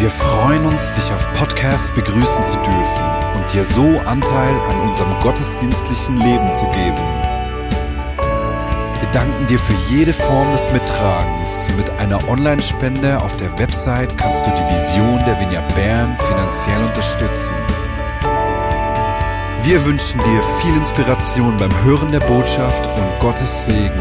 Wir freuen uns, dich auf Podcast begrüßen zu dürfen und dir so Anteil an unserem gottesdienstlichen Leben zu geben. Wir danken dir für jede Form des Mittragens. Mit einer Online-Spende auf der Website kannst du die Vision der Vineyard Bern finanziell unterstützen. Wir wünschen dir viel Inspiration beim Hören der Botschaft und Gottes Segen.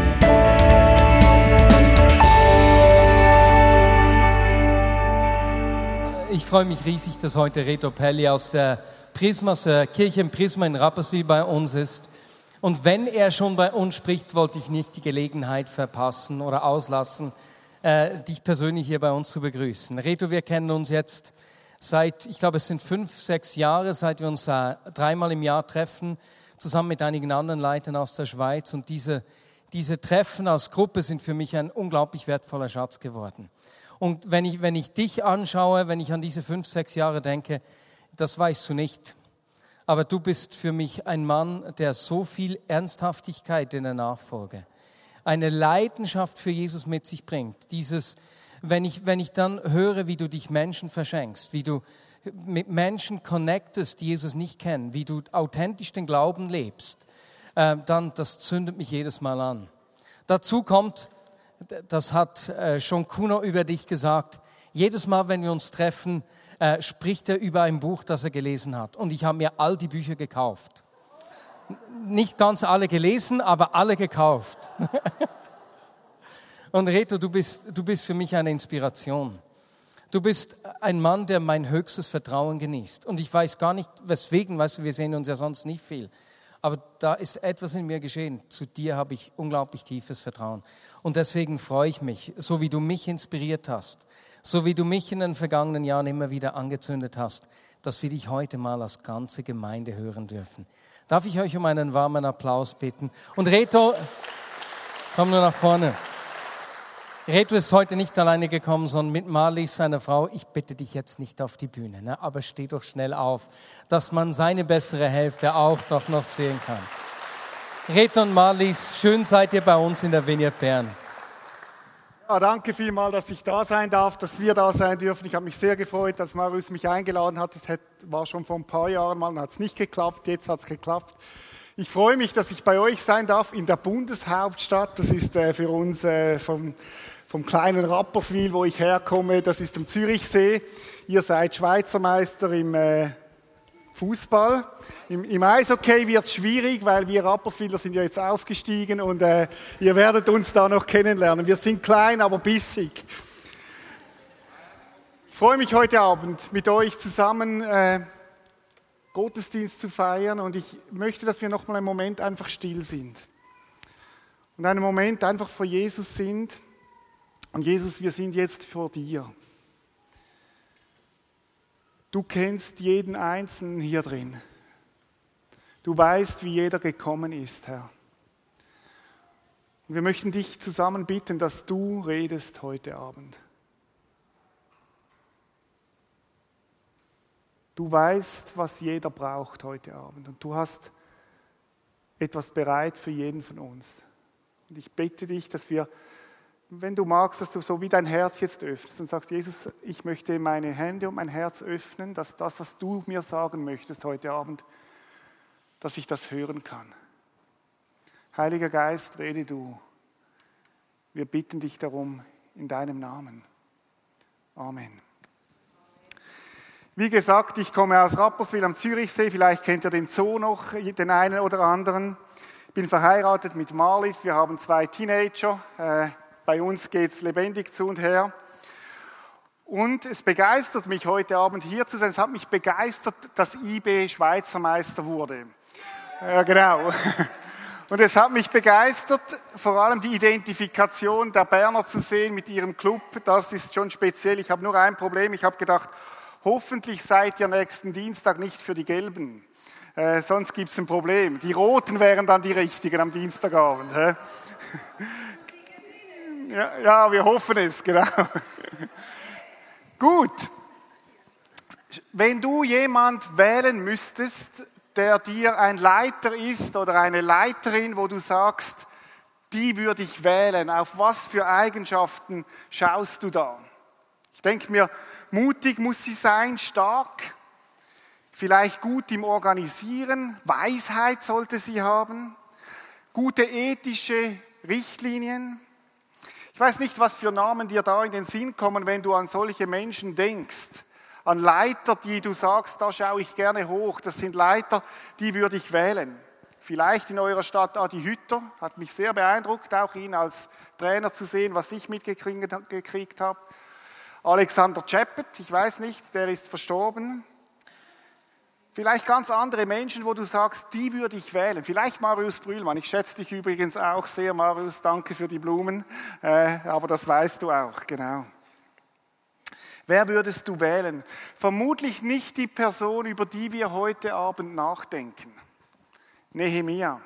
Ich freue mich riesig, dass heute Reto Pelli aus der Kirche im Prisma in Rapperswil bei uns ist. Und wenn er schon bei uns spricht, wollte ich nicht die Gelegenheit verpassen oder auslassen, dich persönlich hier bei uns zu begrüßen. Reto, wir kennen uns jetzt seit, ich glaube, es sind 5, 6 Jahre, seit wir uns 3-mal im Jahr treffen, zusammen mit einigen anderen Leitern aus der Schweiz. Und diese Treffen als Gruppe sind für mich ein unglaublich wertvoller Schatz geworden. Und wenn ich dich anschaue, wenn ich an diese 5, 6 Jahre denke, das weißt du nicht. Aber du bist für mich ein Mann, der so viel Ernsthaftigkeit in der Nachfolge, eine Leidenschaft für Jesus mit sich bringt. Wenn ich dann höre, wie du dich Menschen verschenkst, wie du mit Menschen connectest, die Jesus nicht kennen, wie du authentisch den Glauben lebst, dann das zündet mich jedes Mal an. Dazu kommt, das hat schon Kuno über dich gesagt, jedes Mal, wenn wir uns treffen, spricht er über ein Buch, das er gelesen hat. Und ich habe mir all die Bücher gekauft. Nicht ganz alle gelesen, aber alle gekauft. Und Reto, du bist für mich eine Inspiration. Du bist ein Mann, der mein höchstes Vertrauen genießt. Und ich weiß gar nicht, weswegen, weißt du, wir sehen uns ja sonst nicht viel. Aber da ist etwas in mir geschehen. Zu dir habe ich unglaublich tiefes Vertrauen. Und deswegen freue ich mich, so wie du mich inspiriert hast, so wie du mich in den vergangenen Jahren immer wieder angezündet hast, dass wir dich heute mal als ganze Gemeinde hören dürfen. Darf ich euch um einen warmen Applaus bitten? Und Reto, komm nur nach vorne. Reto ist heute nicht alleine gekommen, sondern mit Marlies, seiner Frau. Ich bitte dich jetzt nicht auf die Bühne, ne? Aber steh doch schnell auf, dass man seine bessere Hälfte auch doch noch sehen kann. Reto und Marlies, schön seid ihr bei uns in der Vineyard Bern. Ja, danke vielmals, dass ich da sein darf, dass wir da sein dürfen. Ich habe mich sehr gefreut, dass Marius mich eingeladen hat. Das war schon vor ein paar Jahren mal, dann hat es nicht geklappt, jetzt hat es geklappt. Ich freue mich, dass ich bei euch sein darf in der Bundeshauptstadt. Das ist für uns vom kleinen Rapperswil, wo ich herkomme, das ist am Zürichsee. Ihr seid Schweizer Meister im Fußball. Im Eishockey wird es schwierig, weil wir Rapperswiler sind ja jetzt aufgestiegen und ihr werdet uns da noch kennenlernen. Wir sind klein, aber bissig. Ich freue mich heute Abend mit euch zusammen Gottesdienst zu feiern und ich möchte, dass wir noch mal einen Moment einfach still sind und einen Moment einfach vor Jesus sind. Und Jesus, wir sind jetzt vor dir. Du kennst jeden Einzelnen hier drin. Du weißt, wie jeder gekommen ist, Herr. Und wir möchten dich zusammen bitten, dass du redest heute Abend. Du weißt, was jeder braucht heute Abend. Und du hast etwas bereit für jeden von uns. Und ich bitte dich, dass wir, wenn du magst, dass du so wie dein Herz jetzt öffnest und sagst, Jesus, ich möchte meine Hände und mein Herz öffnen, dass das, was du mir sagen möchtest heute Abend, dass ich das hören kann. Heiliger Geist, rede du. Wir bitten dich darum in deinem Namen. Amen. Wie gesagt, ich komme aus Rapperswil am Zürichsee, vielleicht kennt ihr den Zoo noch, den einen oder anderen. Ich bin verheiratet mit Marlies, wir haben 2 Teenager. Bei uns geht es lebendig zu und her. Und es begeistert mich heute Abend hier zu sein. Es hat mich begeistert, dass IB Schweizer Meister wurde. Ja, genau. Und es hat mich begeistert, vor allem die Identifikation der Berner zu sehen mit ihrem Club. Das ist schon speziell. Ich habe nur ein Problem. Ich habe gedacht, hoffentlich seid ihr nächsten Dienstag nicht für die Gelben. Sonst gibt es ein Problem. Die Roten wären dann die Richtigen am Dienstagabend. Ja, wir hoffen es, genau. Gut. Wenn du jemand wählen müsstest, der dir ein Leiter ist oder eine Leiterin, wo du sagst, die würde ich wählen, auf was für Eigenschaften schaust du da? Ich denke mir, mutig muss sie sein, stark, vielleicht gut im Organisieren, Weisheit sollte sie haben, gute ethische Richtlinien. Ich weiß nicht, was für Namen dir da in den Sinn kommen, wenn du an solche Menschen denkst. An Leiter, die du sagst, da schaue ich gerne hoch. Das sind Leiter, die würde ich wählen. Vielleicht in eurer Stadt Adi Hütter, hat mich sehr beeindruckt, auch ihn als Trainer zu sehen, was ich mitgekriegt habe. Alexander Czeppet, ich weiß nicht, der ist verstorben. Vielleicht ganz andere Menschen, wo du sagst, die würde ich wählen. Vielleicht Marius Brühlmann, ich schätze dich übrigens auch sehr, Marius, danke für die Blumen, aber das weißt du auch, genau. Wer würdest du wählen? Vermutlich nicht die Person, über die wir heute Abend nachdenken. Nehemia.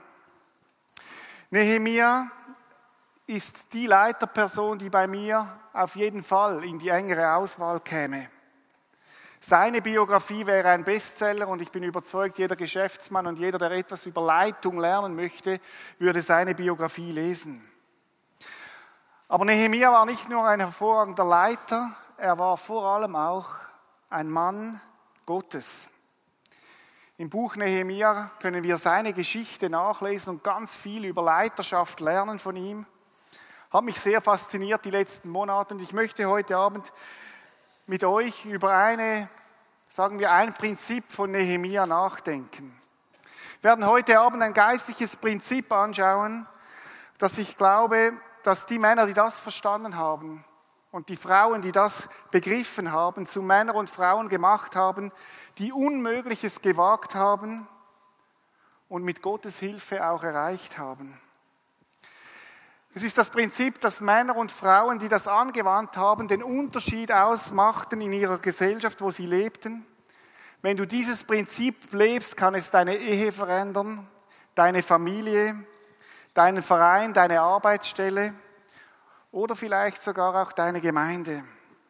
Nehemia ist die Leiterperson, die bei mir auf jeden Fall in die engere Auswahl käme. Seine Biografie wäre ein Bestseller und ich bin überzeugt, jeder Geschäftsmann und jeder, der etwas über Leitung lernen möchte, würde seine Biografie lesen. Aber Nehemia war nicht nur ein hervorragender Leiter, er war vor allem auch ein Mann Gottes. Im Buch Nehemia können wir seine Geschichte nachlesen und ganz viel über Leiterschaft lernen von ihm. Hat mich sehr fasziniert die letzten Monate und ich möchte heute Abend mit euch über ein Prinzip von Nehemia nachdenken. Wir werden heute Abend ein geistliches Prinzip anschauen, dass ich glaube, dass die Männer, die das verstanden haben und die Frauen, die das begriffen haben, zu Männern und Frauen gemacht haben, die Unmögliches gewagt haben und mit Gottes Hilfe auch erreicht haben. Es ist das Prinzip, dass Männer und Frauen, die das angewandt haben, den Unterschied ausmachten in ihrer Gesellschaft, wo sie lebten. Wenn du dieses Prinzip lebst, kann es deine Ehe verändern, deine Familie, deinen Verein, deine Arbeitsstelle oder vielleicht sogar auch deine Gemeinde.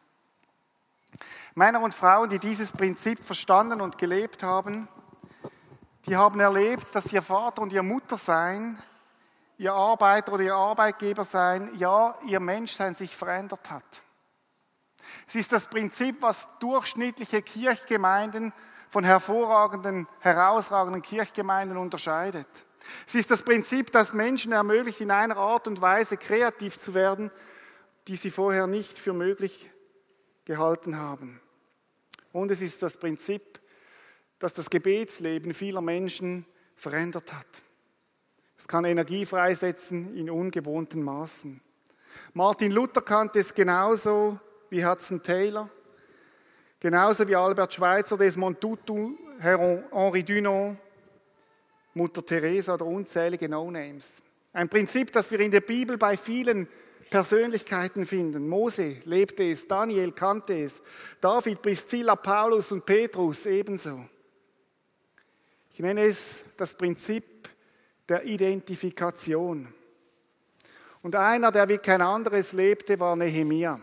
Männer und Frauen, die dieses Prinzip verstanden und gelebt haben, die haben erlebt, dass ihr Vater und ihr Muttersein, ihr Arbeiter oder ihr Arbeitgeber sein, ja, ihr Menschsein sich verändert hat. Es ist das Prinzip, was durchschnittliche Kirchgemeinden von herausragenden Kirchgemeinden unterscheidet. Es ist das Prinzip, das Menschen ermöglicht, in einer Art und Weise kreativ zu werden, die sie vorher nicht für möglich gehalten haben. Und es ist das Prinzip, das das Gebetsleben vieler Menschen verändert hat. Es kann Energie freisetzen in ungewohnten Maßen. Martin Luther kannte es genauso wie Hudson Taylor, genauso wie Albert Schweitzer, Desmond Tutu, Henri Dunant, Mutter Teresa oder unzählige No-Names. Ein Prinzip, das wir in der Bibel bei vielen Persönlichkeiten finden. Mose lebte es, Daniel kannte es, David, Priscilla, Paulus und Petrus ebenso. Ich nenne es das Prinzip der Identifikation. Und einer, der wie kein anderes lebte, war Nehemia.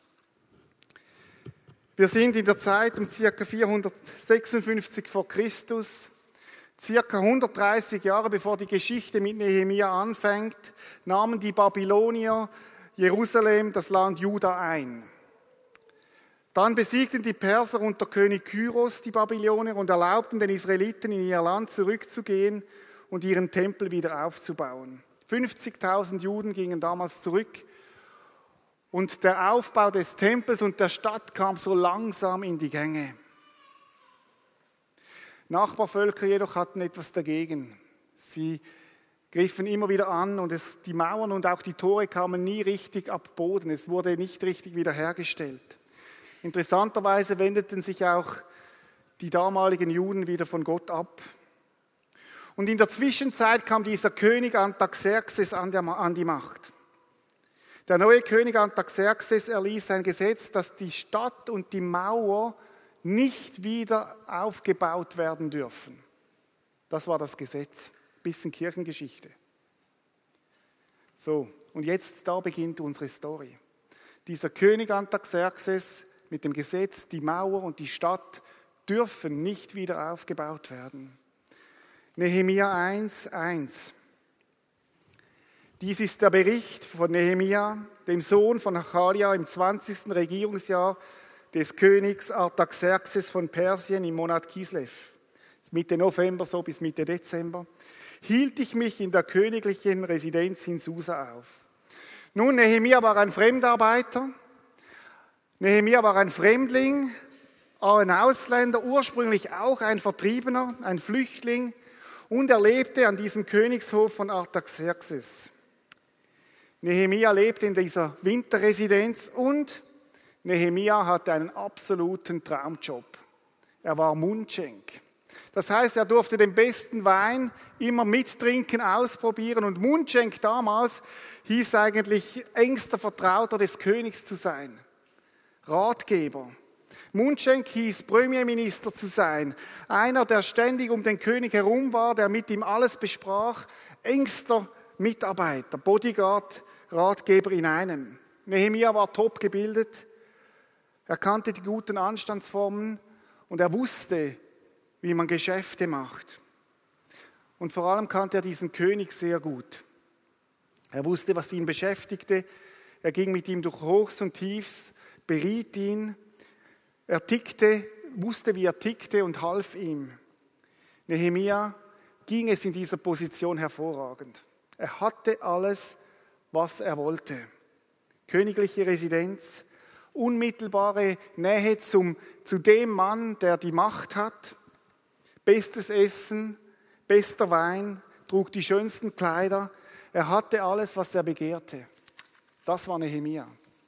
Wir sind in der Zeit um ca. 456 vor Christus, circa 130 Jahre bevor die Geschichte mit Nehemia anfängt, nahmen die Babylonier Jerusalem, das Land Juda, ein. Dann besiegten die Perser unter König Kyros die Babylonier und erlaubten den Israeliten, in ihr Land zurückzugehen und ihren Tempel wieder aufzubauen. 50.000 Juden gingen damals zurück und der Aufbau des Tempels und der Stadt kam so langsam in die Gänge. Nachbarvölker jedoch hatten etwas dagegen. Sie griffen immer wieder an und die Mauern und auch die Tore kamen nie richtig ab Boden. Es wurde nicht richtig wiederhergestellt. Interessanterweise wendeten sich auch die damaligen Juden wieder von Gott ab. Und in der Zwischenzeit kam dieser König Artaxerxes an die Macht. Der neue König Artaxerxes erließ ein Gesetz, dass die Stadt und die Mauer nicht wieder aufgebaut werden dürfen. Das war das Gesetz. Bisschen Kirchengeschichte. So, und jetzt da beginnt unsere Story. Dieser König Artaxerxes mit dem Gesetz, die Mauer und die Stadt dürfen nicht wieder aufgebaut werden. Nehemia 1,1. Dies ist der Bericht von Nehemia, dem Sohn von Hachalja im 20. Regierungsjahr des Königs Artaxerxes von Persien im Monat Kislev, Mitte November so bis Mitte Dezember, hielt ich mich in der königlichen Residenz in Susa auf. Nun, Nehemia war ein Fremdarbeiter, Nehemia war ein Fremdling, ein Ausländer, ursprünglich auch ein Vertriebener, ein Flüchtling, und er lebte an diesem Königshof von Artaxerxes. Nehemia lebte in dieser Winterresidenz und Nehemia hatte einen absoluten Traumjob. Er war Mundschenk. Das heißt, er durfte den besten Wein immer mittrinken, ausprobieren. Und Mundschenk damals hieß eigentlich engster Vertrauter des Königs zu sein. Ratgeber. Mundschenk hieß Premierminister zu sein. Einer, der ständig um den König herum war, der mit ihm alles besprach. Engster Mitarbeiter, Bodyguard, Ratgeber in einem. Nehemia war top gebildet. Er kannte die guten Anstandsformen und er wusste, wie man Geschäfte macht. Und vor allem kannte er diesen König sehr gut. Er wusste, was ihn beschäftigte. Er ging mit ihm durch Hochs und Tiefs, beriet ihn. Er wusste, wie er tickte und half ihm. Nehemia ging es in dieser Position hervorragend. Er hatte alles, was er wollte. Königliche Residenz, unmittelbare Nähe zu dem Mann, der die Macht hat. Bestes Essen, bester Wein, trug die schönsten Kleider. Er hatte alles, was er begehrte. Das war Nehemia.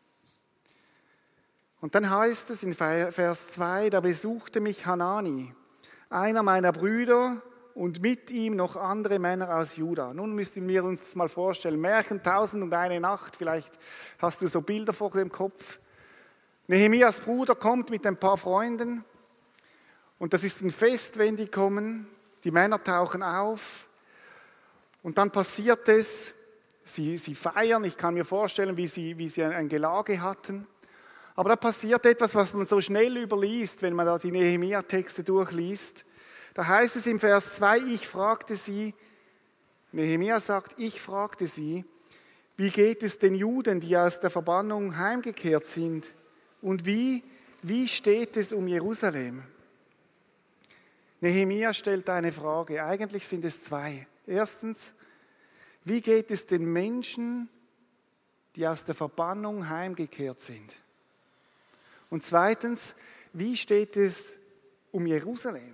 Und dann heißt es in Vers 2, da besuchte mich Hanani, einer meiner Brüder, und mit ihm noch andere Männer aus Juda. Nun müssten wir uns das mal vorstellen, Märchen 1001 Nacht, vielleicht hast du so Bilder vor dem Kopf. Nehemias Bruder kommt mit ein paar Freunden und das ist ein Fest, wenn die kommen. Die Männer tauchen auf und dann passiert es, sie feiern, ich kann mir vorstellen, wie sie ein Gelage hatten. Aber da passiert etwas, was man so schnell überliest, wenn man da die Nehemia-Texte durchliest. Da heißt es im Vers 2, ich fragte sie, Nehemia sagt, ich fragte sie, wie geht es den Juden, die aus der Verbannung heimgekehrt sind? Und wie steht es um Jerusalem? Nehemia stellt eine Frage, eigentlich sind es zwei. Erstens, wie geht es den Menschen, die aus der Verbannung heimgekehrt sind? Und zweitens, wie steht es um Jerusalem?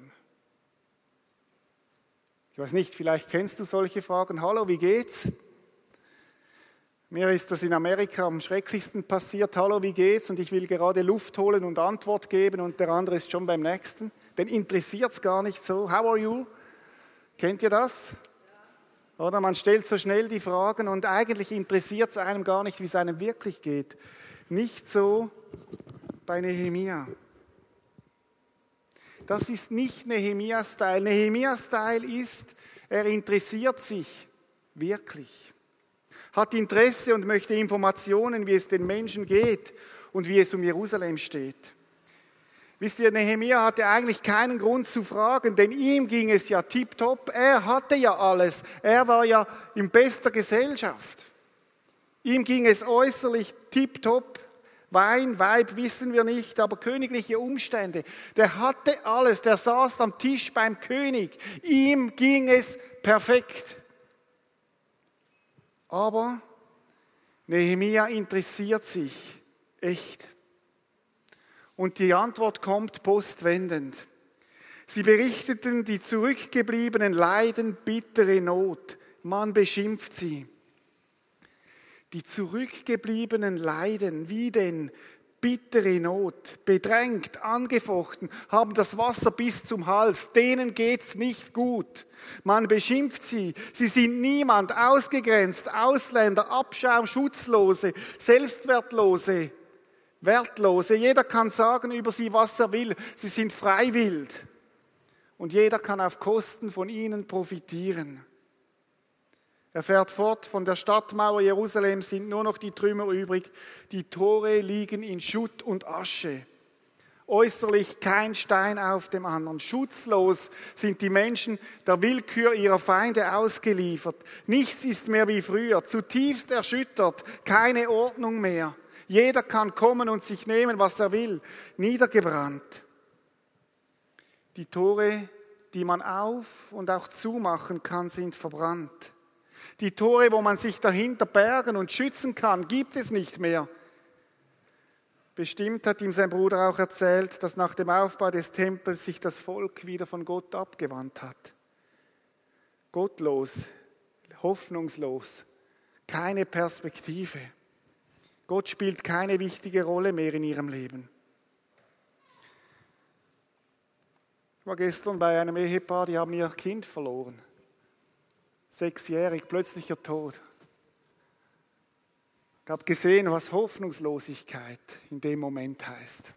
Ich weiß nicht, vielleicht kennst du solche Fragen. Hallo, wie geht's? Mir ist das in Amerika am schrecklichsten passiert. Hallo, wie geht's? Und ich will gerade Luft holen und Antwort geben und der andere ist schon beim nächsten. Den interessiert es gar nicht so. How are you? Kennt ihr das? Oder man stellt so schnell die Fragen und eigentlich interessiert es einem gar nicht, wie es einem wirklich geht. Nicht so bei Nehemia. Das ist nicht Nehemia-Style. Nehemia-Style ist, er interessiert sich wirklich. Hat Interesse und möchte Informationen, wie es den Menschen geht und wie es um Jerusalem steht. Wisst ihr, Nehemia hatte eigentlich keinen Grund zu fragen, denn ihm ging es ja tipptopp. Er hatte ja alles. Er war ja in bester Gesellschaft. Ihm ging es äußerlich tipptopp. Wein, Weib wissen wir nicht, aber königliche Umstände. Der hatte alles, der saß am Tisch beim König. Ihm ging es perfekt. Aber Nehemia interessiert sich echt. Und die Antwort kommt postwendend. Sie berichteten, die Zurückgebliebenen leiden bittere Not. Man beschimpft sie. Die Zurückgebliebenen leiden, wie denn? Bittere Not, bedrängt, angefochten, haben das Wasser bis zum Hals, denen geht's nicht gut. Man beschimpft sie, sie sind niemand, ausgegrenzt, Ausländer, Abschaum, Schutzlose, Selbstwertlose, Wertlose. Jeder kann sagen über sie, was er will, sie sind freiwillig. Und jeder kann auf Kosten von ihnen profitieren. Er fährt fort, von der Stadtmauer Jerusalem sind nur noch die Trümmer übrig, die Tore liegen in Schutt und Asche. Äußerlich kein Stein auf dem anderen. Schutzlos sind die Menschen der Willkür ihrer Feinde ausgeliefert. Nichts ist mehr wie früher, zutiefst erschüttert, keine Ordnung mehr. Jeder kann kommen und sich nehmen, was er will. Niedergebrannt. Die Tore, die man auf- und auch zumachen kann, sind verbrannt. Die Tore, wo man sich dahinter bergen und schützen kann, gibt es nicht mehr. Bestimmt hat ihm sein Bruder auch erzählt, dass nach dem Aufbau des Tempels sich das Volk wieder von Gott abgewandt hat. Gottlos, hoffnungslos, keine Perspektive. Gott spielt keine wichtige Rolle mehr in ihrem Leben. Ich war gestern bei einem Ehepaar, die haben ihr Kind verloren. 6-jährig, plötzlicher Tod. Ich habe gesehen, was Hoffnungslosigkeit in dem Moment heißt.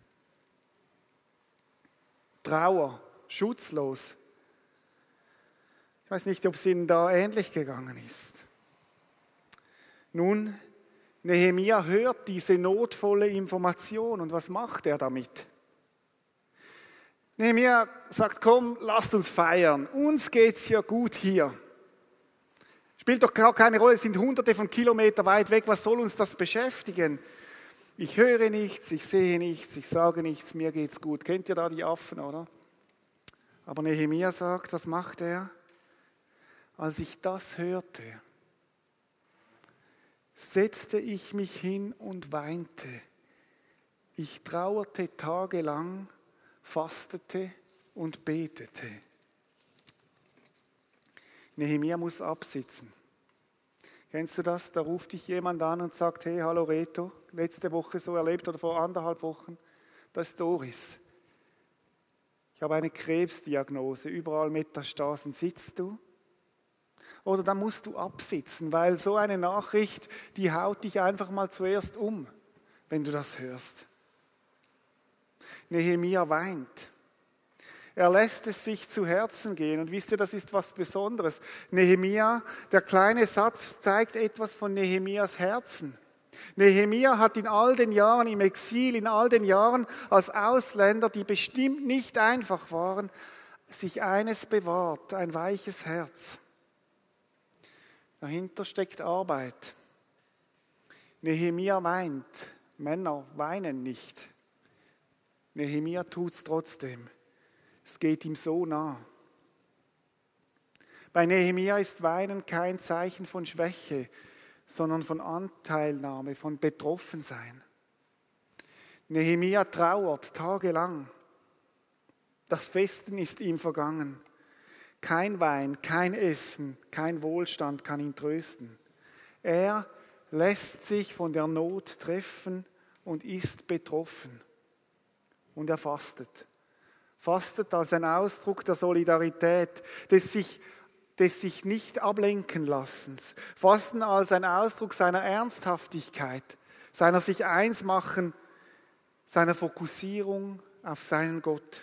Trauer, schutzlos. Ich weiß nicht, ob es Ihnen da ähnlich gegangen ist. Nun, Nehemia hört diese notvolle Information und was macht er damit? Nehemia sagt, komm, lasst uns feiern. Uns geht's ja gut hier. Spielt doch gar keine Rolle, es sind hunderte von Kilometern weit weg, was soll uns das beschäftigen? Ich höre nichts, ich sehe nichts, ich sage nichts, mir geht's gut. Kennt ihr da die Affen, oder? Aber Nehemia sagt, was macht er? Als ich das hörte, setzte ich mich hin und weinte. Ich trauerte tagelang, fastete und betete. Nehemia muss absitzen. Kennst du das? Da ruft dich jemand an und sagt, hey, hallo Reto, letzte Woche so erlebt oder vor 1,5 Wochen, das ist Doris. Ich habe eine Krebsdiagnose, überall Metastasen. Sitzt du? Oder dann musst du absitzen, weil so eine Nachricht, die haut dich einfach mal zuerst um, wenn du das hörst. Nehemia weint. Er lässt es sich zu Herzen gehen. Und wisst ihr, das ist was Besonderes. Nehemia, der kleine Satz zeigt etwas von Nehemias Herzen. Nehemia hat in all den Jahren im Exil, in all den Jahren als Ausländer, die bestimmt nicht einfach waren, sich eines bewahrt, ein weiches Herz. Dahinter steckt Arbeit. Nehemia weint. Männer weinen nicht. Nehemia tut es trotzdem. Es geht ihm so nah. Bei Nehemia ist Weinen kein Zeichen von Schwäche, sondern von Anteilnahme, von Betroffensein. Nehemia trauert tagelang. Das Festen ist ihm vergangen. Kein Wein, kein Essen, kein Wohlstand kann ihn trösten. Er lässt sich von der Not treffen und ist betroffen. Und er fastet. Fastet als ein Ausdruck der Solidarität, des sich nicht ablenken Lassens. Fasten als ein Ausdruck seiner Ernsthaftigkeit, seiner sich eins machen, seiner Fokussierung auf seinen Gott.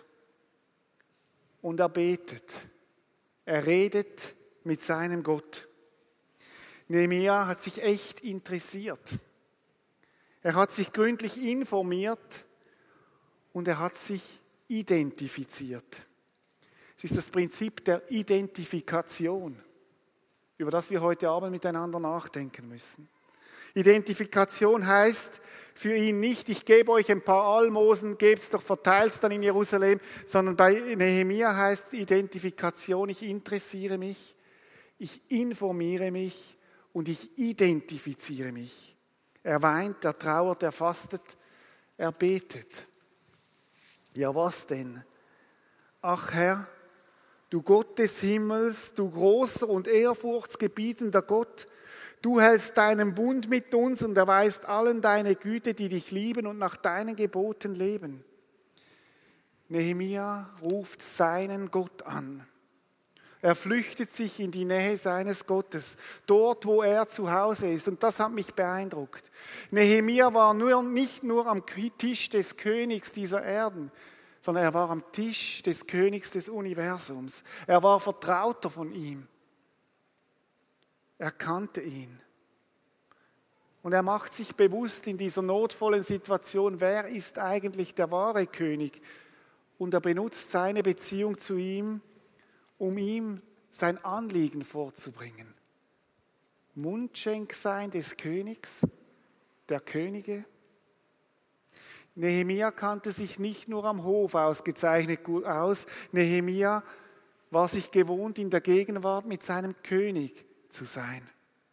Und er betet. Er redet mit seinem Gott. Nehemia hat sich echt interessiert. Er hat sich gründlich informiert und er hat sich identifiziert. Es ist das Prinzip der Identifikation, über das wir heute Abend miteinander nachdenken müssen. Identifikation heißt für ihn nicht, ich gebe euch ein paar Almosen, gebt's doch, verteilt's dann in Jerusalem, sondern bei Nehemia heißt Identifikation, ich interessiere mich, ich informiere mich und ich identifiziere mich. Er weint, er trauert, er fastet, er betet. Ja, was denn? Ach Herr, du Gott des Himmels, du großer und ehrfurchtsgebietender Gott, du hältst deinen Bund mit uns und erweist allen deine Güte, die dich lieben und nach deinen Geboten leben. Nehemia ruft seinen Gott an. Er flüchtet sich in die Nähe seines Gottes, dort, wo er zu Hause ist. Und das hat mich beeindruckt. Nehemia war nicht nur am Tisch des Königs dieser Erden, sondern er war am Tisch des Königs des Universums. Er war Vertrauter von ihm. Er kannte ihn. Und er macht sich bewusst in dieser notvollen Situation, wer ist eigentlich der wahre König? Und er benutzt seine Beziehung zu ihm, um ihm sein Anliegen vorzubringen. Mundschenk sein des Königs, der Könige, Nehemia kannte sich nicht nur am Hof ausgezeichnet gut aus. Nehemia war sich gewohnt, in der Gegenwart mit seinem König zu sein.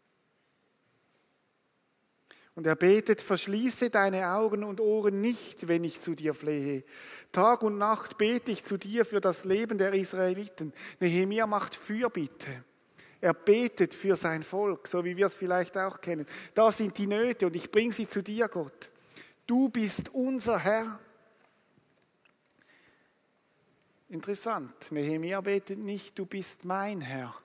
Und er betet, verschließe deine Augen und Ohren nicht, wenn ich zu dir flehe. Tag und Nacht bete ich zu dir für das Leben der Israeliten. Nehemia macht Fürbitte. Er betet für sein Volk, so wie wir es vielleicht auch kennen. Da sind die Nöte und ich bringe sie zu dir, Gott. Du bist unser Herr. Interessant, Nehemia betet nicht, du bist mein Herr.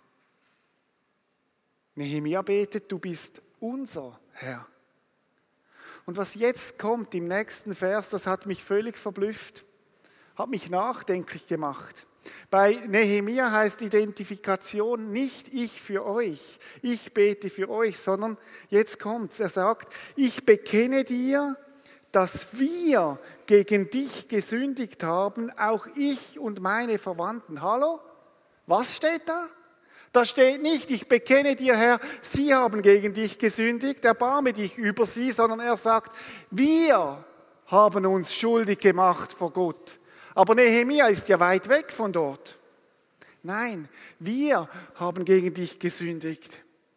Nehemia betet, du bist unser Herr. Und was jetzt kommt im nächsten Vers, das hat mich völlig verblüfft, hat mich nachdenklich gemacht. Bei Nehemia heißt Identifikation nicht ich für euch, ich bete für euch, sondern jetzt kommt's, er sagt, ich bekenne dir, dass wir gegen dich gesündigt haben, auch ich und meine Verwandten. Hallo? Was steht da? Da steht nicht, ich bekenne dir, Herr, sie haben gegen dich gesündigt, erbarme dich über sie, sondern er sagt, wir haben uns schuldig gemacht vor Gott. Aber Nehemia ist ja weit weg von dort. Nein, wir haben gegen dich gesündigt.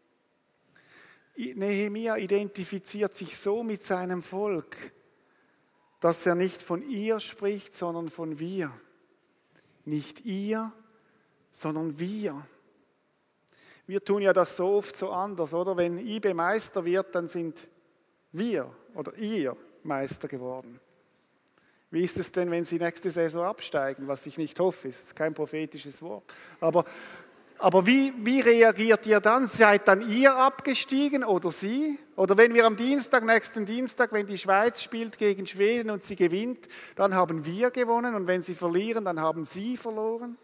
Nehemia identifiziert sich so mit seinem Volk, dass er nicht von ihr spricht, sondern von wir. Nicht ihr, sondern wir. Wir tun ja das so oft so anders, oder? Wenn IB Meister wird, dann sind wir oder ihr Meister geworden. Wie ist es denn, wenn sie nächste Saison absteigen? Was ich nicht hoffe, ist kein prophetisches Wort. Aber wie reagiert ihr dann? Seid dann ihr abgestiegen oder sie? Oder wenn wir am nächsten Dienstag, wenn die Schweiz spielt gegen Schweden und sie gewinnt, dann haben wir gewonnen und wenn sie verlieren, dann haben sie verloren?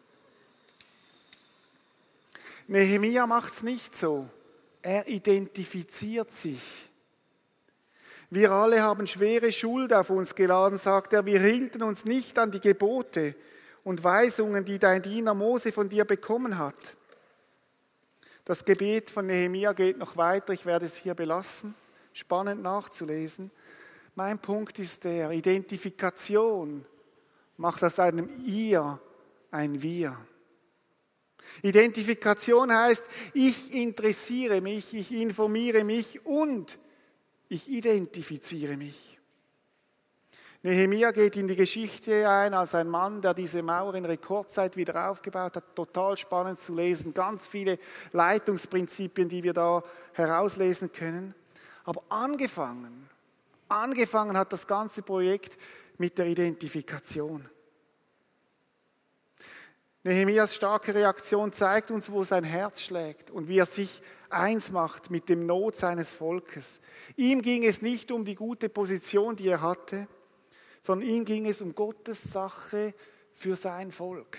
Nehemia macht es nicht so. Er identifiziert sich. Wir alle haben schwere Schuld auf uns geladen, sagt er. Wir hielten uns nicht an die Gebote und Weisungen, die dein Diener Mose von dir bekommen hat. Das Gebet von Nehemia geht noch weiter. Ich werde es hier belassen. Spannend nachzulesen. Mein Punkt ist der, Identifikation macht aus einem Ihr ein Wir. Identifikation heißt, ich interessiere mich, ich informiere mich und ich identifiziere mich. Nehemia geht in die Geschichte ein als ein Mann, der diese Mauer in Rekordzeit wieder aufgebaut hat. Total spannend zu lesen, ganz viele Leitungsprinzipien, die wir da herauslesen können. Aber angefangen hat das ganze Projekt mit der Identifikation. Nehemias starke Reaktion zeigt uns, wo sein Herz schlägt und wie er sich eins macht mit dem Not seines Volkes. Ihm ging es nicht um die gute Position, die er hatte, sondern ihm ging es um Gottes Sache für sein Volk.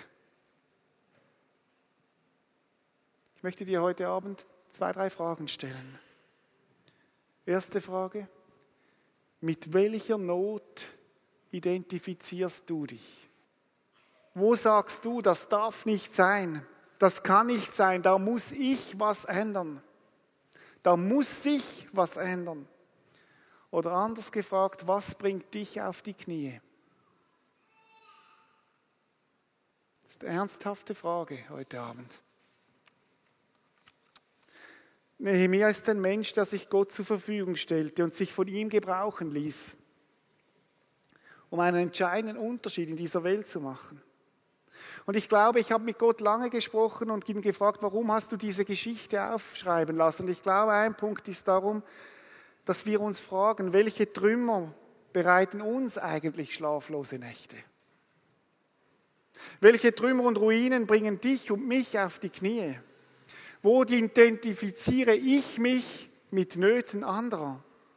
Ich möchte dir heute Abend 2, 3 Fragen stellen. Erste Frage: Mit welcher Not identifizierst du dich? Wo sagst du, das darf nicht sein, das kann nicht sein, da muss ich was ändern. Da muss sich was ändern. Oder anders gefragt, was bringt dich auf die Knie? Das ist eine ernsthafte Frage heute Abend. Nehemia ist ein Mensch, der sich Gott zur Verfügung stellte und sich von ihm gebrauchen ließ, um einen entscheidenden Unterschied in dieser Welt zu machen. Und ich glaube, ich habe mit Gott lange gesprochen und ihn gefragt, warum hast du diese Geschichte aufschreiben lassen? Und ich glaube, ein Punkt ist darum, dass wir uns fragen, welche Trümmer bereiten uns eigentlich schlaflose Nächte? Welche Trümmer und Ruinen bringen dich und mich auf die Knie? Wo identifiziere ich mich mit Nöten anderer?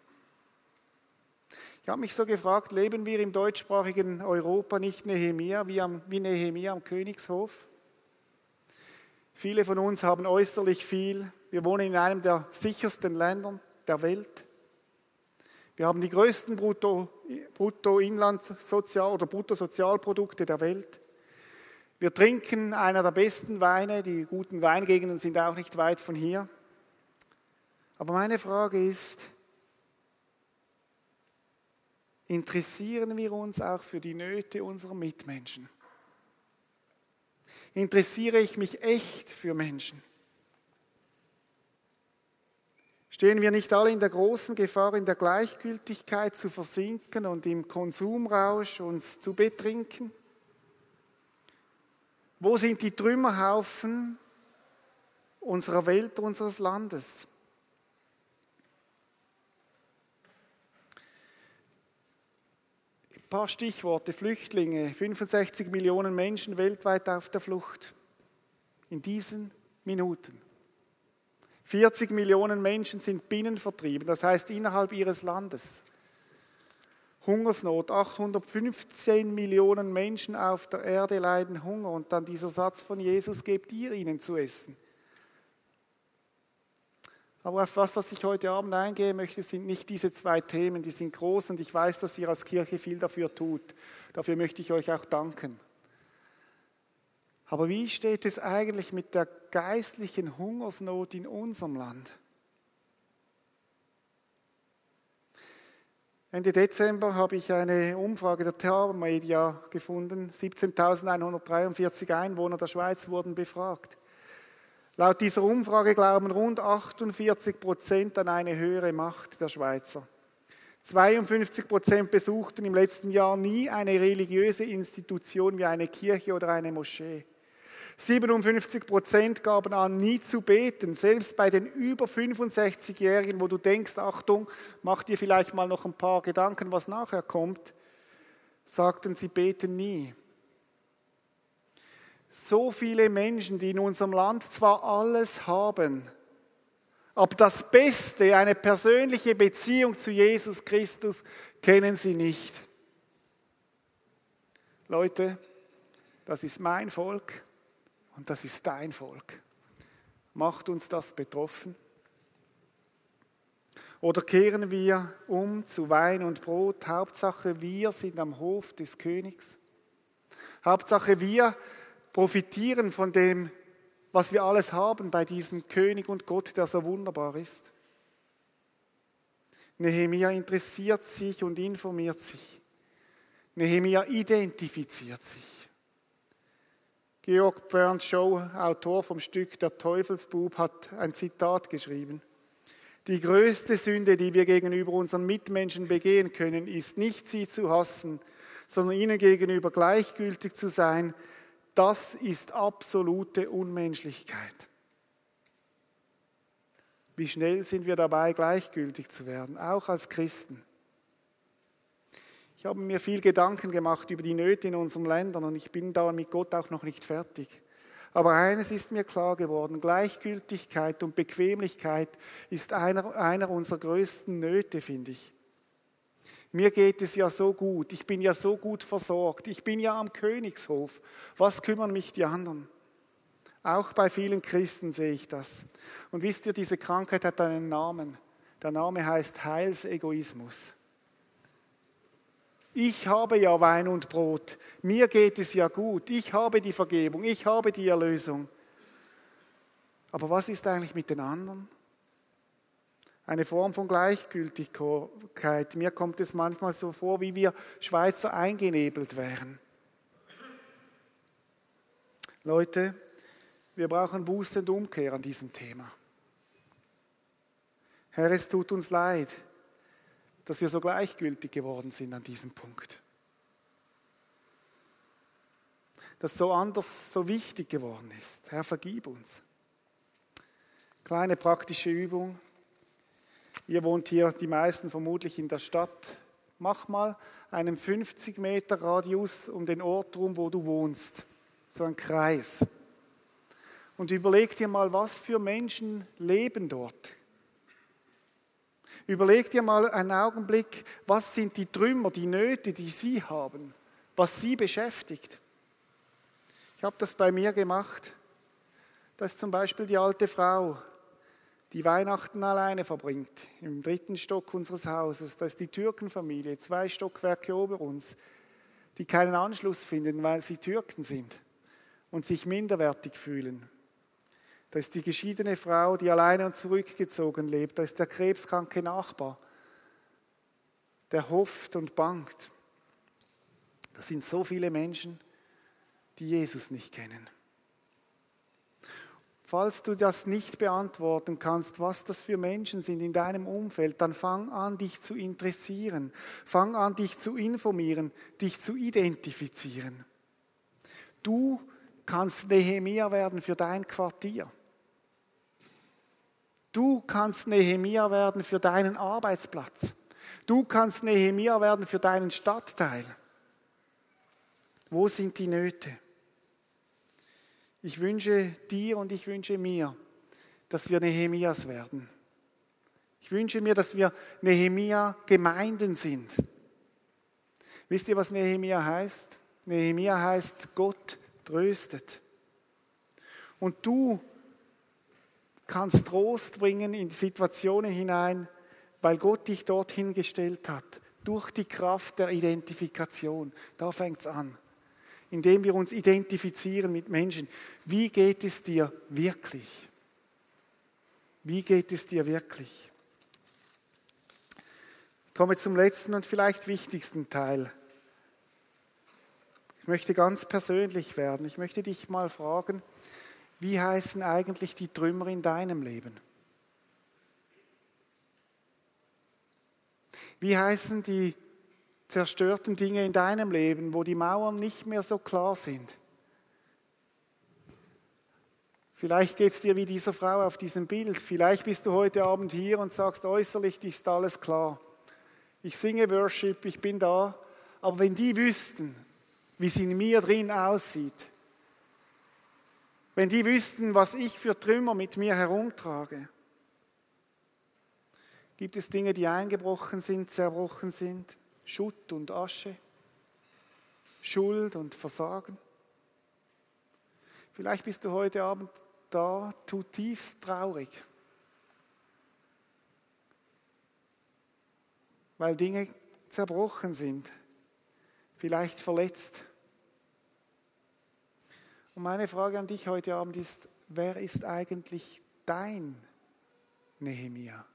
Ich habe mich so gefragt, leben wir im deutschsprachigen Europa nicht Nehemia, wie Nehemia am Königshof? Viele von uns haben äußerlich viel. Wir wohnen in einem der sichersten Länder der Welt. Wir haben die größten Bruttosozialprodukte der Welt. Wir trinken einer der besten Weine. Die guten Weingegenden sind auch nicht weit von hier. Aber meine Frage ist, interessieren wir uns auch für die Nöte unserer Mitmenschen? Interessiere ich mich echt für Menschen? Stehen wir nicht alle in der großen Gefahr, in der Gleichgültigkeit zu versinken und im Konsumrausch uns zu betrinken? Wo sind die Trümmerhaufen unserer Welt, unseres Landes? Ein paar Stichworte: Flüchtlinge, 65 Millionen Menschen weltweit auf der Flucht. In diesen Minuten. 40 Millionen Menschen sind binnenvertrieben, das heißt innerhalb ihres Landes. Hungersnot, 815 Millionen Menschen auf der Erde leiden Hunger. Und dann dieser Satz von Jesus: Gebt ihr ihnen zu essen. Aber auf was ich heute Abend eingehen möchte, sind nicht diese zwei Themen, die sind groß und ich weiß, dass ihr als Kirche viel dafür tut. Dafür möchte ich euch auch danken. Aber wie steht es eigentlich mit der geistlichen Hungersnot in unserem Land? Ende Dezember habe ich eine Umfrage der Tamedia gefunden. 17.143 Einwohner der Schweiz wurden befragt. Laut dieser Umfrage glauben rund 48% an eine höhere Macht der Schweizer. 52% besuchten im letzten Jahr nie eine religiöse Institution wie eine Kirche oder eine Moschee. 57% gaben an, nie zu beten. Selbst bei den über 65-Jährigen, wo du denkst, Achtung, mach dir vielleicht mal noch ein paar Gedanken, was nachher kommt, sagten sie beten nie. So viele Menschen, die in unserem Land zwar alles haben, aber das Beste, eine persönliche Beziehung zu Jesus Christus, kennen sie nicht. Leute, das ist mein Volk und das ist dein Volk. Macht uns das betroffen? Oder kehren wir um zu Wein und Brot? Hauptsache wir sind am Hof des Königs. Hauptsache wir profitieren von dem, was wir alles haben bei diesem König und Gott, der so wunderbar ist. Nehemia interessiert sich und informiert sich. Nehemia identifiziert sich. Georg Bernhard Shaw, Autor vom Stück Der Teufelsbub, hat ein Zitat geschrieben. Die größte Sünde, die wir gegenüber unseren Mitmenschen begehen können, ist nicht, sie zu hassen, sondern ihnen gegenüber gleichgültig zu sein. Das ist absolute Unmenschlichkeit. Wie schnell sind wir dabei, gleichgültig zu werden, auch als Christen. Ich habe mir viel Gedanken gemacht über die Nöte in unseren Ländern und ich bin da mit Gott auch noch nicht fertig. Aber eines ist mir klar geworden: Gleichgültigkeit und Bequemlichkeit ist einer unserer größten Nöte, finde ich. Mir geht es ja so gut, ich bin ja so gut versorgt, ich bin ja am Königshof. Was kümmern mich die anderen? Auch bei vielen Christen sehe ich das. Und wisst ihr, diese Krankheit hat einen Namen. Der Name heißt Heilsegoismus. Ich habe ja Wein und Brot, mir geht es ja gut, ich habe die Vergebung, ich habe die Erlösung. Aber was ist eigentlich mit den anderen? Eine Form von Gleichgültigkeit. Mir kommt es manchmal so vor, wie wir Schweizer eingenebelt wären. Leute, wir brauchen Buße und Umkehr an diesem Thema. Herr, es tut uns leid, dass wir so gleichgültig geworden sind an diesem Punkt. Dass so anders, so wichtig geworden ist. Herr, vergib uns. Kleine praktische Übung. Ihr wohnt hier, die meisten vermutlich in der Stadt. Mach mal einen 50 Meter Radius um den Ort rum, wo du wohnst. So ein Kreis. Und überleg dir mal, was für Menschen leben dort. Überleg dir mal einen Augenblick, was sind die Trümmer, die Nöte, die sie haben, was sie beschäftigt. Ich habe das bei mir gemacht. Das ist zum Beispiel die alte Frau, die Weihnachten alleine verbringt, im 3. Stock unseres Hauses. Das ist die Türkenfamilie, 2 Stockwerke ober uns, die keinen Anschluss finden, weil sie Türken sind und sich minderwertig fühlen. Da ist die geschiedene Frau, die alleine und zurückgezogen lebt. Da ist der krebskranke Nachbar. der hofft und bangt. Das sind so viele Menschen, die Jesus nicht kennen. Falls du das nicht beantworten kannst, was das für Menschen sind in deinem Umfeld, dann fang an, dich zu interessieren. Fang an, dich zu informieren, dich zu identifizieren. Du kannst Nehemia werden für dein Quartier. Du kannst Nehemia werden für deinen Arbeitsplatz. Du kannst Nehemia werden für deinen Stadtteil. Wo sind die Nöte? Ich wünsche dir und ich wünsche mir, dass wir Nehemias werden. Ich wünsche mir, dass wir Nehemia-Gemeinden sind. Wisst ihr, was Nehemia heißt? Nehemia heißt, Gott tröstet. Und du kannst Trost bringen in Situationen hinein, weil Gott dich dorthin gestellt hat. Durch die Kraft der Identifikation. Da fängt es an. Indem wir uns identifizieren mit Menschen. Wie geht es dir wirklich? Wie geht es dir wirklich? Ich komme zum letzten und vielleicht wichtigsten Teil. Ich möchte ganz persönlich werden. Ich möchte dich mal fragen, wie heißen eigentlich die Trümmer in deinem Leben? Wie heißen die zerstörten Dinge in deinem Leben, wo die Mauern nicht mehr so klar sind? Vielleicht geht es dir wie dieser Frau auf diesem Bild. Vielleicht bist du heute Abend hier und sagst, äußerlich ist alles klar. Ich singe Worship, ich bin da. Aber wenn die wüssten, wie es in mir drin aussieht, wenn die wüssten, was ich für Trümmer mit mir herumtrage, gibt es Dinge, die eingebrochen sind, zerbrochen sind, Schutt und Asche, Schuld und Versagen. Vielleicht bist du heute Abend da zutiefst traurig, weil Dinge zerbrochen sind, vielleicht verletzt. Und meine Frage an dich heute Abend ist, wer ist eigentlich dein Nehemia?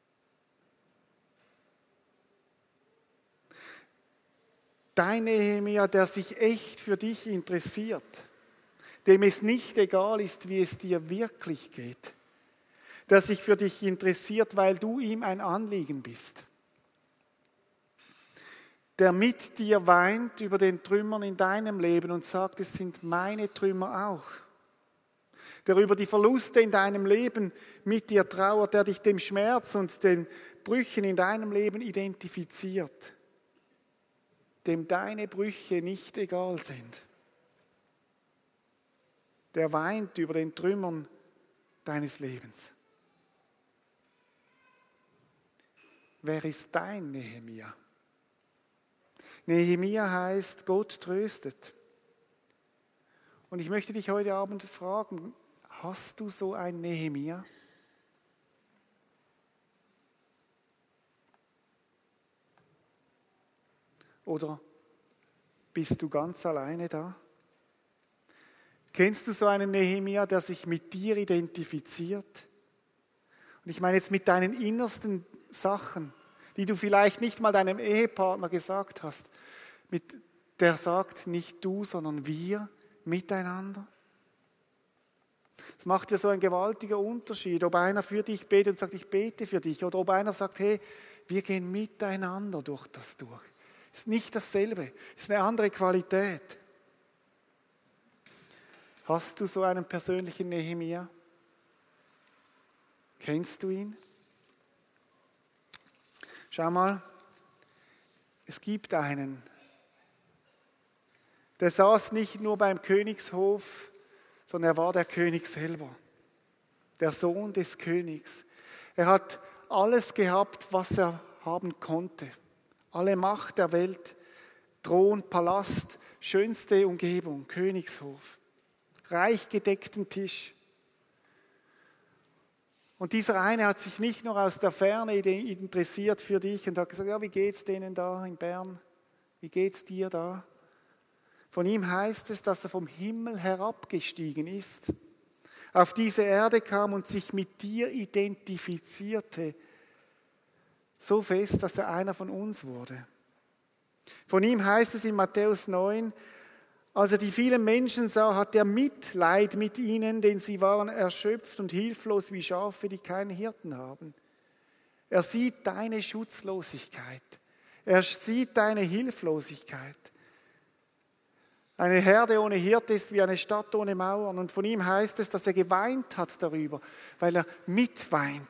Dein Nehemia, der sich echt für dich interessiert, dem es nicht egal ist, wie es dir wirklich geht, der sich für dich interessiert, weil du ihm ein Anliegen bist, der mit dir weint über den Trümmern in deinem Leben und sagt, es sind meine Trümmer auch, der über die Verluste in deinem Leben mit dir trauert, der dich dem Schmerz und den Brüchen in deinem Leben identifiziert, dem deine Brüche nicht egal sind, der weint über den Trümmern deines Lebens. Wer ist dein Nehemia? Nehemia heißt, Gott tröstet. Und ich möchte dich heute Abend fragen, hast du so ein Nehemia? Oder bist du ganz alleine da? Kennst du so einen Nehemia, der sich mit dir identifiziert? Und ich meine jetzt mit deinen innersten Sachen, die du vielleicht nicht mal deinem Ehepartner gesagt hast, der sagt, nicht du, sondern wir miteinander. Es macht ja so einen gewaltigen Unterschied, ob einer für dich betet und sagt, ich bete für dich, oder ob einer sagt, hey, wir gehen miteinander durch das durch. Ist nicht dasselbe, ist eine andere Qualität. Hast du so einen persönlichen Nehemia? Kennst du ihn? Schau mal, es gibt einen, der saß nicht nur beim Königshof, sondern er war der König selber, der Sohn des Königs. Er hat alles gehabt, was er haben konnte. Alle Macht der Welt, Thron, Palast, schönste Umgebung, Königshof, reich gedeckten Tisch. Und dieser eine hat sich nicht nur aus der Ferne interessiert für dich und hat gesagt, ja, wie geht's denen da in Bern? Wie geht's dir da? Von ihm heißt es, dass er vom Himmel herabgestiegen ist, auf diese Erde kam und sich mit dir identifizierte, So fest, dass er einer von uns wurde. Von ihm heißt es in Matthäus 9, als er die vielen Menschen sah, hat er Mitleid mit ihnen, denn sie waren erschöpft und hilflos wie Schafe, die keinen Hirten haben. Er sieht deine Schutzlosigkeit. Er sieht deine Hilflosigkeit. Eine Herde ohne Hirte ist wie eine Stadt ohne Mauern. Und von ihm heißt es, dass er geweint hat darüber, weil er mitweint.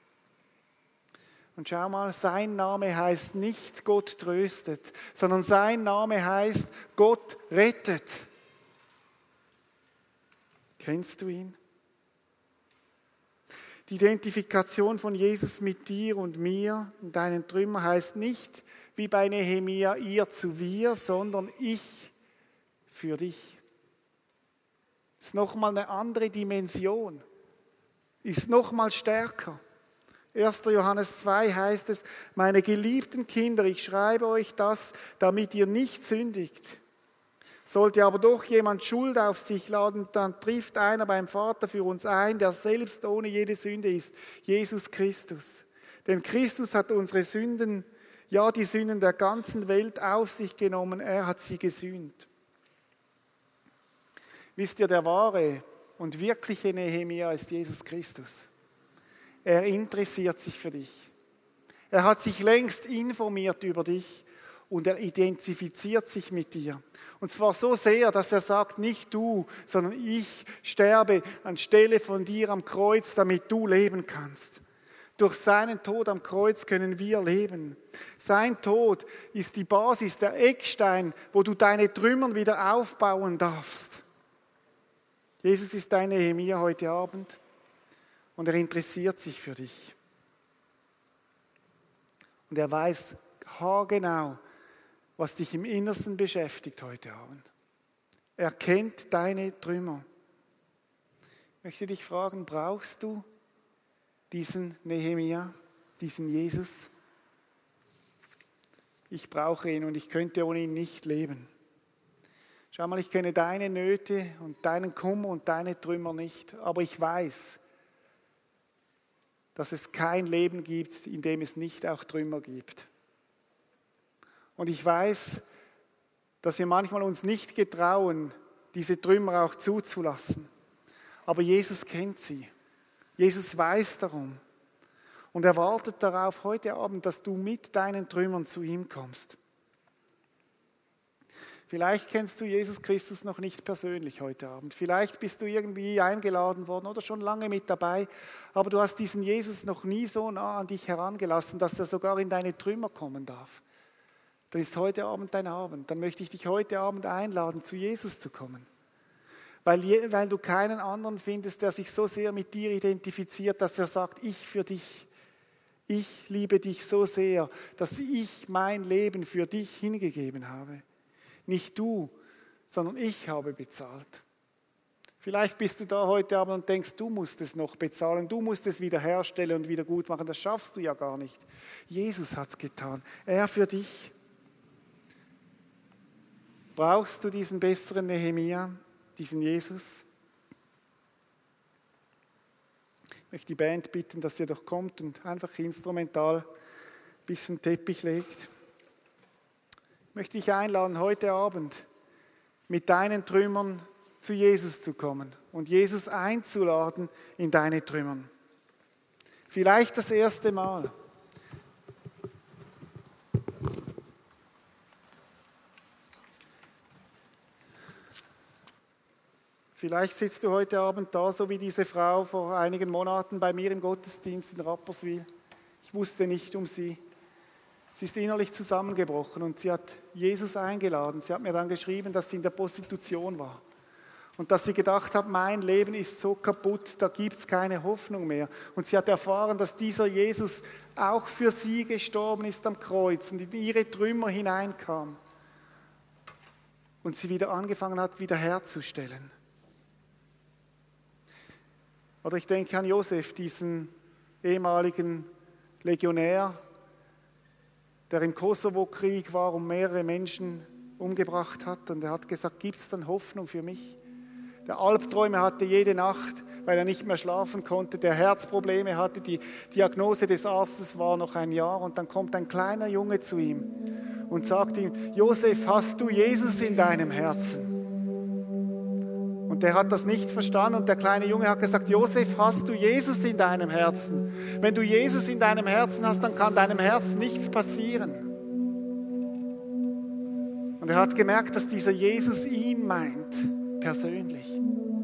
Und schau mal, sein Name heißt nicht Gott tröstet, sondern sein Name heißt Gott rettet. Kennst du ihn? Die Identifikation von Jesus mit dir und mir und deinen Trümmern heißt nicht, wie bei Nehemia, ihr zu wir, sondern ich für dich. Das ist nochmal eine andere Dimension, ist nochmal stärker. 1. Johannes 2 heißt es, meine geliebten Kinder, ich schreibe euch das, damit ihr nicht sündigt. Sollte aber doch jemand Schuld auf sich laden, dann trifft einer beim Vater für uns ein, der selbst ohne jede Sünde ist, Jesus Christus. Denn Christus hat unsere Sünden, ja die Sünden der ganzen Welt auf sich genommen, er hat sie gesühnt. Wisst ihr, der wahre und wirkliche Nehemia ist Jesus Christus. Er interessiert sich für dich. Er hat sich längst informiert über dich und er identifiziert sich mit dir. Und zwar so sehr, dass er sagt, nicht du, sondern ich sterbe anstelle von dir am Kreuz, damit du leben kannst. Durch seinen Tod am Kreuz können wir leben. Sein Tod ist die Basis, der Eckstein, wo du deine Trümmern wieder aufbauen darfst. Jesus ist dein Nehemia heute Abend und er interessiert sich für dich. Und er weiß haargenau, was dich im Innersten beschäftigt heute Abend. Er kennt deine Trümmer. Ich möchte dich fragen, brauchst du diesen Nehemia, diesen Jesus? Ich brauche ihn und ich könnte ohne ihn nicht leben. Schau mal, ich kenne deine Nöte und deinen Kummer und deine Trümmer nicht, aber ich weiß, dass es kein Leben gibt, in dem es nicht auch Trümmer gibt. Und ich weiß, dass wir manchmal uns nicht getrauen, diese Trümmer auch zuzulassen. Aber Jesus kennt sie. Jesus weiß darum. Und er wartet darauf heute Abend, dass du mit deinen Trümmern zu ihm kommst. Vielleicht kennst du Jesus Christus noch nicht persönlich heute Abend. Vielleicht bist du irgendwie eingeladen worden oder schon lange mit dabei, aber du hast diesen Jesus noch nie so nah an dich herangelassen, dass er sogar in deine Trümmer kommen darf. Dann ist heute Abend dein Abend. Dann möchte ich dich heute Abend einladen, zu Jesus zu kommen. Weil du keinen anderen findest, der sich so sehr mit dir identifiziert, dass er sagt, ich für dich. Ich liebe dich so sehr, dass ich mein Leben für dich hingegeben habe. Nicht du, sondern ich habe bezahlt. Vielleicht bist du da heute Abend und denkst, du musst es noch bezahlen, du musst es wiederherstellen und wieder gut machen. Das schaffst du ja gar nicht. Jesus hat es getan. Er für dich. Brauchst du diesen besseren Nehemia, diesen Jesus? Ich möchte die Band bitten, dass ihr doch kommt und einfach instrumental ein bisschen Teppich legt. Ich möchte dich einladen, heute Abend mit deinen Trümmern zu Jesus zu kommen und Jesus einzuladen in deine Trümmern. Vielleicht das erste Mal. Vielleicht sitzt du heute Abend da, so wie diese Frau vor einigen Monaten bei mir im Gottesdienst in Rapperswil. Ich wusste nicht um sie. Sie ist innerlich zusammengebrochen und sie hat Jesus eingeladen. Sie hat mir dann geschrieben, dass sie in der Prostitution war. Und dass sie gedacht hat, mein Leben ist so kaputt, da gibt es keine Hoffnung mehr. Und sie hat erfahren, dass dieser Jesus auch für sie gestorben ist am Kreuz und in ihre Trümmer hineinkam. Und sie wieder angefangen hat, wiederherzustellen. Oder ich denke an Josef, diesen ehemaligen Legionär, der im Kosovo-Krieg war und mehrere Menschen umgebracht hat. Und er hat gesagt, gibt es dann Hoffnung für mich? der Albträume hatte jede Nacht, weil er nicht mehr schlafen konnte, der Herzprobleme hatte. Die Diagnose des Arztes war noch ein Jahr und dann kommt ein kleiner Junge zu ihm und sagt ihm, Josef, hast du Jesus in deinem Herzen? Und der hat das nicht verstanden und der kleine Junge hat gesagt, Josef, hast du Jesus in deinem Herzen? Wenn du Jesus in deinem Herzen hast, dann kann deinem Herzen nichts passieren. Und er hat gemerkt, dass dieser Jesus ihn meint, persönlich.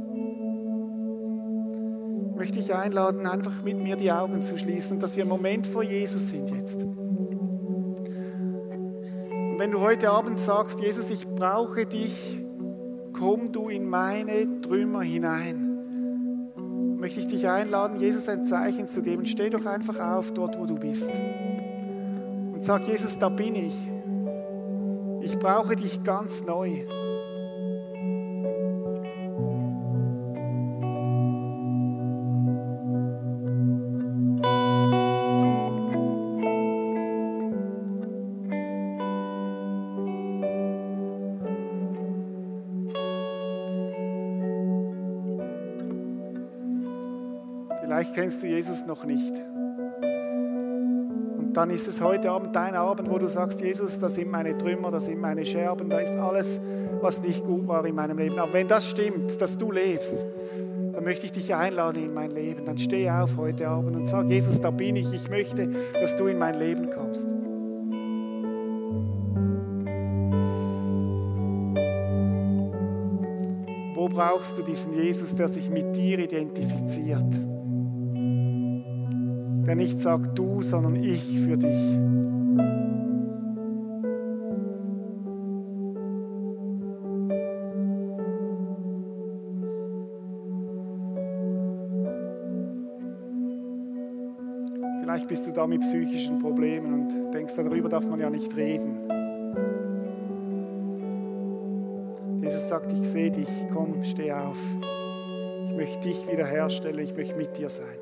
Ich möchte dich einladen, einfach mit mir die Augen zu schließen und dass wir einen Moment vor Jesus sind jetzt. Und wenn du heute Abend sagst, Jesus, ich brauche dich, komm du in meine Trümmer hinein, möchte ich dich einladen, Jesus ein Zeichen zu geben. Steh doch einfach auf dort, wo du bist. Und sag, Jesus, da bin ich. Ich brauche dich ganz neu. Vielleicht kennst du Jesus noch nicht. Und dann ist es heute Abend dein Abend, wo du sagst, Jesus, das sind meine Trümmer, das sind meine Scherben, da ist alles, was nicht gut war in meinem Leben. Aber wenn das stimmt, dass du lebst, dann möchte ich dich einladen in mein Leben. Dann steh auf heute Abend und sag, Jesus, da bin ich. Ich möchte, dass du in mein Leben kommst. Wo brauchst du diesen Jesus, der sich mit dir identifiziert? Der nicht sagt du, sondern ich für dich. Vielleicht bist du da mit psychischen Problemen und denkst, darüber darf man ja nicht reden. Jesus sagt, ich sehe dich, komm, steh auf. Ich möchte dich wiederherstellen, ich möchte mit dir sein.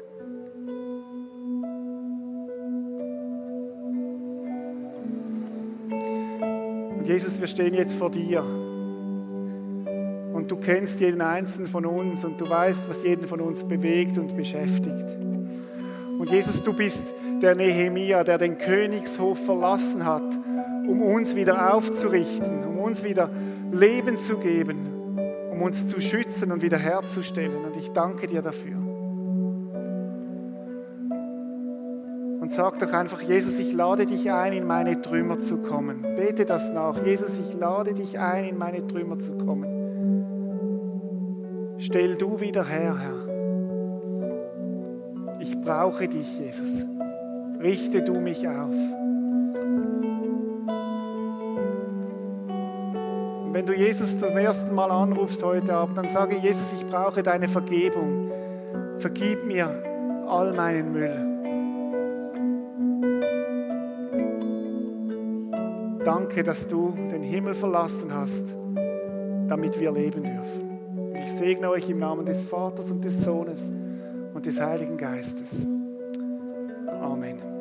Jesus, wir stehen jetzt vor dir und du kennst jeden Einzelnen von uns und du weißt, was jeden von uns bewegt und beschäftigt. Und Jesus, du bist der Nehemia, der den Königshof verlassen hat, um uns wieder aufzurichten, um uns wieder Leben zu geben, um uns zu schützen und wiederherzustellen. Und ich danke dir dafür. Und sag doch einfach, Jesus, ich lade dich ein, in meine Trümmer zu kommen. Bete das nach. Jesus, ich lade dich ein, in meine Trümmer zu kommen. Stell du wieder her, Herr. Ich brauche dich, Jesus. Richte du mich auf. Und wenn du Jesus zum ersten Mal anrufst heute Abend, dann sage Jesus, ich brauche deine Vergebung. Vergib mir all meinen Müll. Danke, dass du den Himmel verlassen hast, damit wir leben dürfen. Ich segne euch im Namen des Vaters und des Sohnes und des Heiligen Geistes. Amen.